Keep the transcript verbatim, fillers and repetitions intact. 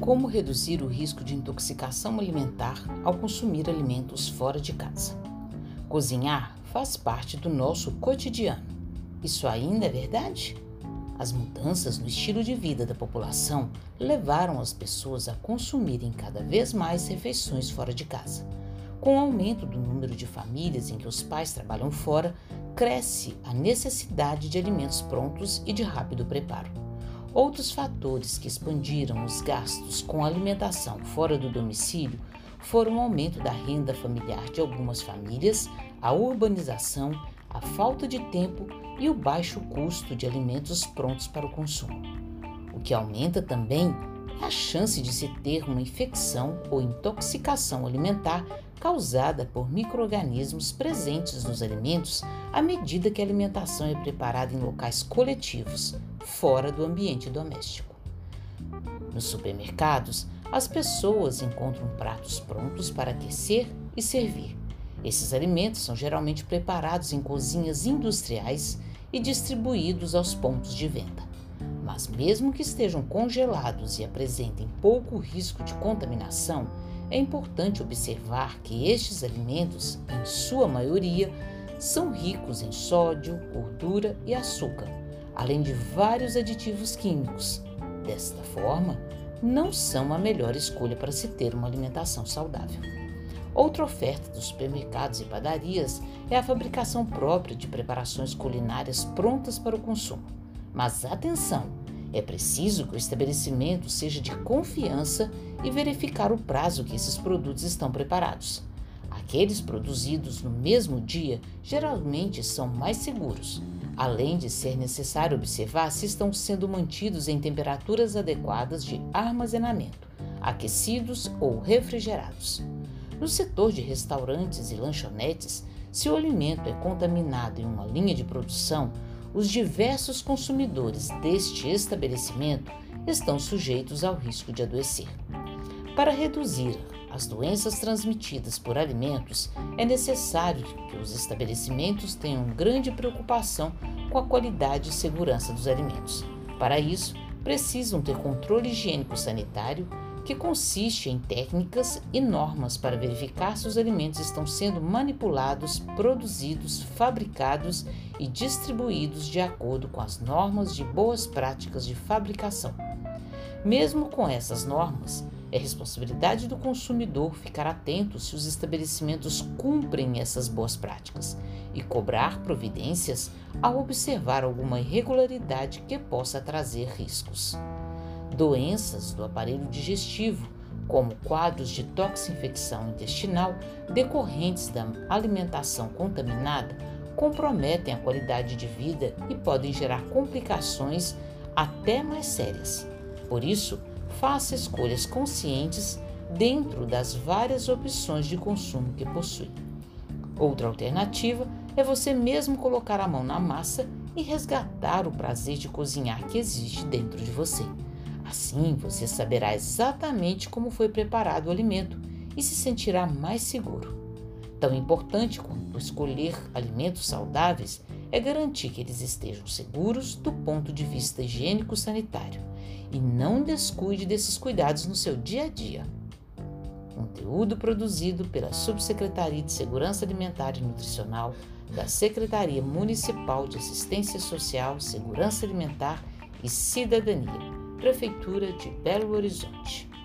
Como reduzir o risco de intoxicação alimentar ao consumir alimentos fora de casa? Cozinhar faz parte do nosso cotidiano. Isso ainda é verdade? As mudanças no estilo de vida da população levaram as pessoas a consumirem cada vez mais refeições fora de casa. Com o aumento do número de famílias em que os pais trabalham fora, cresce a necessidade de alimentos prontos e de rápido preparo. Outros fatores que expandiram os gastos com a alimentação fora do domicílio foram o aumento da renda familiar de algumas famílias, a urbanização, a falta de tempo e o baixo custo de alimentos prontos para o consumo. O que aumenta também é a chance de se ter uma infecção ou intoxicação alimentar causada por micro-organismos presentes nos alimentos à medida que a alimentação é preparada em locais coletivos, fora do ambiente doméstico. Nos supermercados, as pessoas encontram pratos prontos para aquecer e servir. Esses alimentos são geralmente preparados em cozinhas industriais e distribuídos aos pontos de venda. Mas mesmo que estejam congelados e apresentem pouco risco de contaminação, é importante observar que estes alimentos, em sua maioria, são ricos em sódio, gordura e açúcar, além de vários aditivos químicos. Desta forma, não são a melhor escolha para se ter uma alimentação saudável. Outra oferta dos supermercados e padarias é a fabricação própria de preparações culinárias prontas para o consumo. Mas atenção! É preciso que o estabelecimento seja de confiança e verificar o prazo que esses produtos estão preparados. Aqueles produzidos no mesmo dia geralmente são mais seguros, além de ser necessário observar se estão sendo mantidos em temperaturas adequadas de armazenamento, aquecidos ou refrigerados. No setor de restaurantes e lanchonetes, se o alimento é contaminado em uma linha de produção, os diversos consumidores deste estabelecimento estão sujeitos ao risco de adoecer. Para reduzir as doenças transmitidas por alimentos, é necessário que os estabelecimentos tenham grande preocupação com a qualidade e segurança dos alimentos. Para isso, precisam ter controle higiênico-sanitário, que consiste em técnicas e normas para verificar se os alimentos estão sendo manipulados, produzidos, fabricados e distribuídos de acordo com as normas de boas práticas de fabricação. Mesmo com essas normas, é responsabilidade do consumidor ficar atento se os estabelecimentos cumprem essas boas práticas e cobrar providências ao observar alguma irregularidade que possa trazer riscos. Doenças do aparelho digestivo, como quadros de toxinfecção intestinal decorrentes da alimentação contaminada, comprometem a qualidade de vida e podem gerar complicações até mais sérias. Por isso, faça escolhas conscientes dentro das várias opções de consumo que possui. Outra alternativa é você mesmo colocar a mão na massa e resgatar o prazer de cozinhar que existe dentro de você. Assim, você saberá exatamente como foi preparado o alimento e se sentirá mais seguro. Tão importante quanto escolher alimentos saudáveis é garantir que eles estejam seguros do ponto de vista higiênico-sanitário e não descuide desses cuidados no seu dia a dia. Conteúdo produzido pela Subsecretaria de Segurança Alimentar e Nutricional da Secretaria Municipal de Assistência Social, Segurança Alimentar e Cidadania, Prefeitura de Belo Horizonte.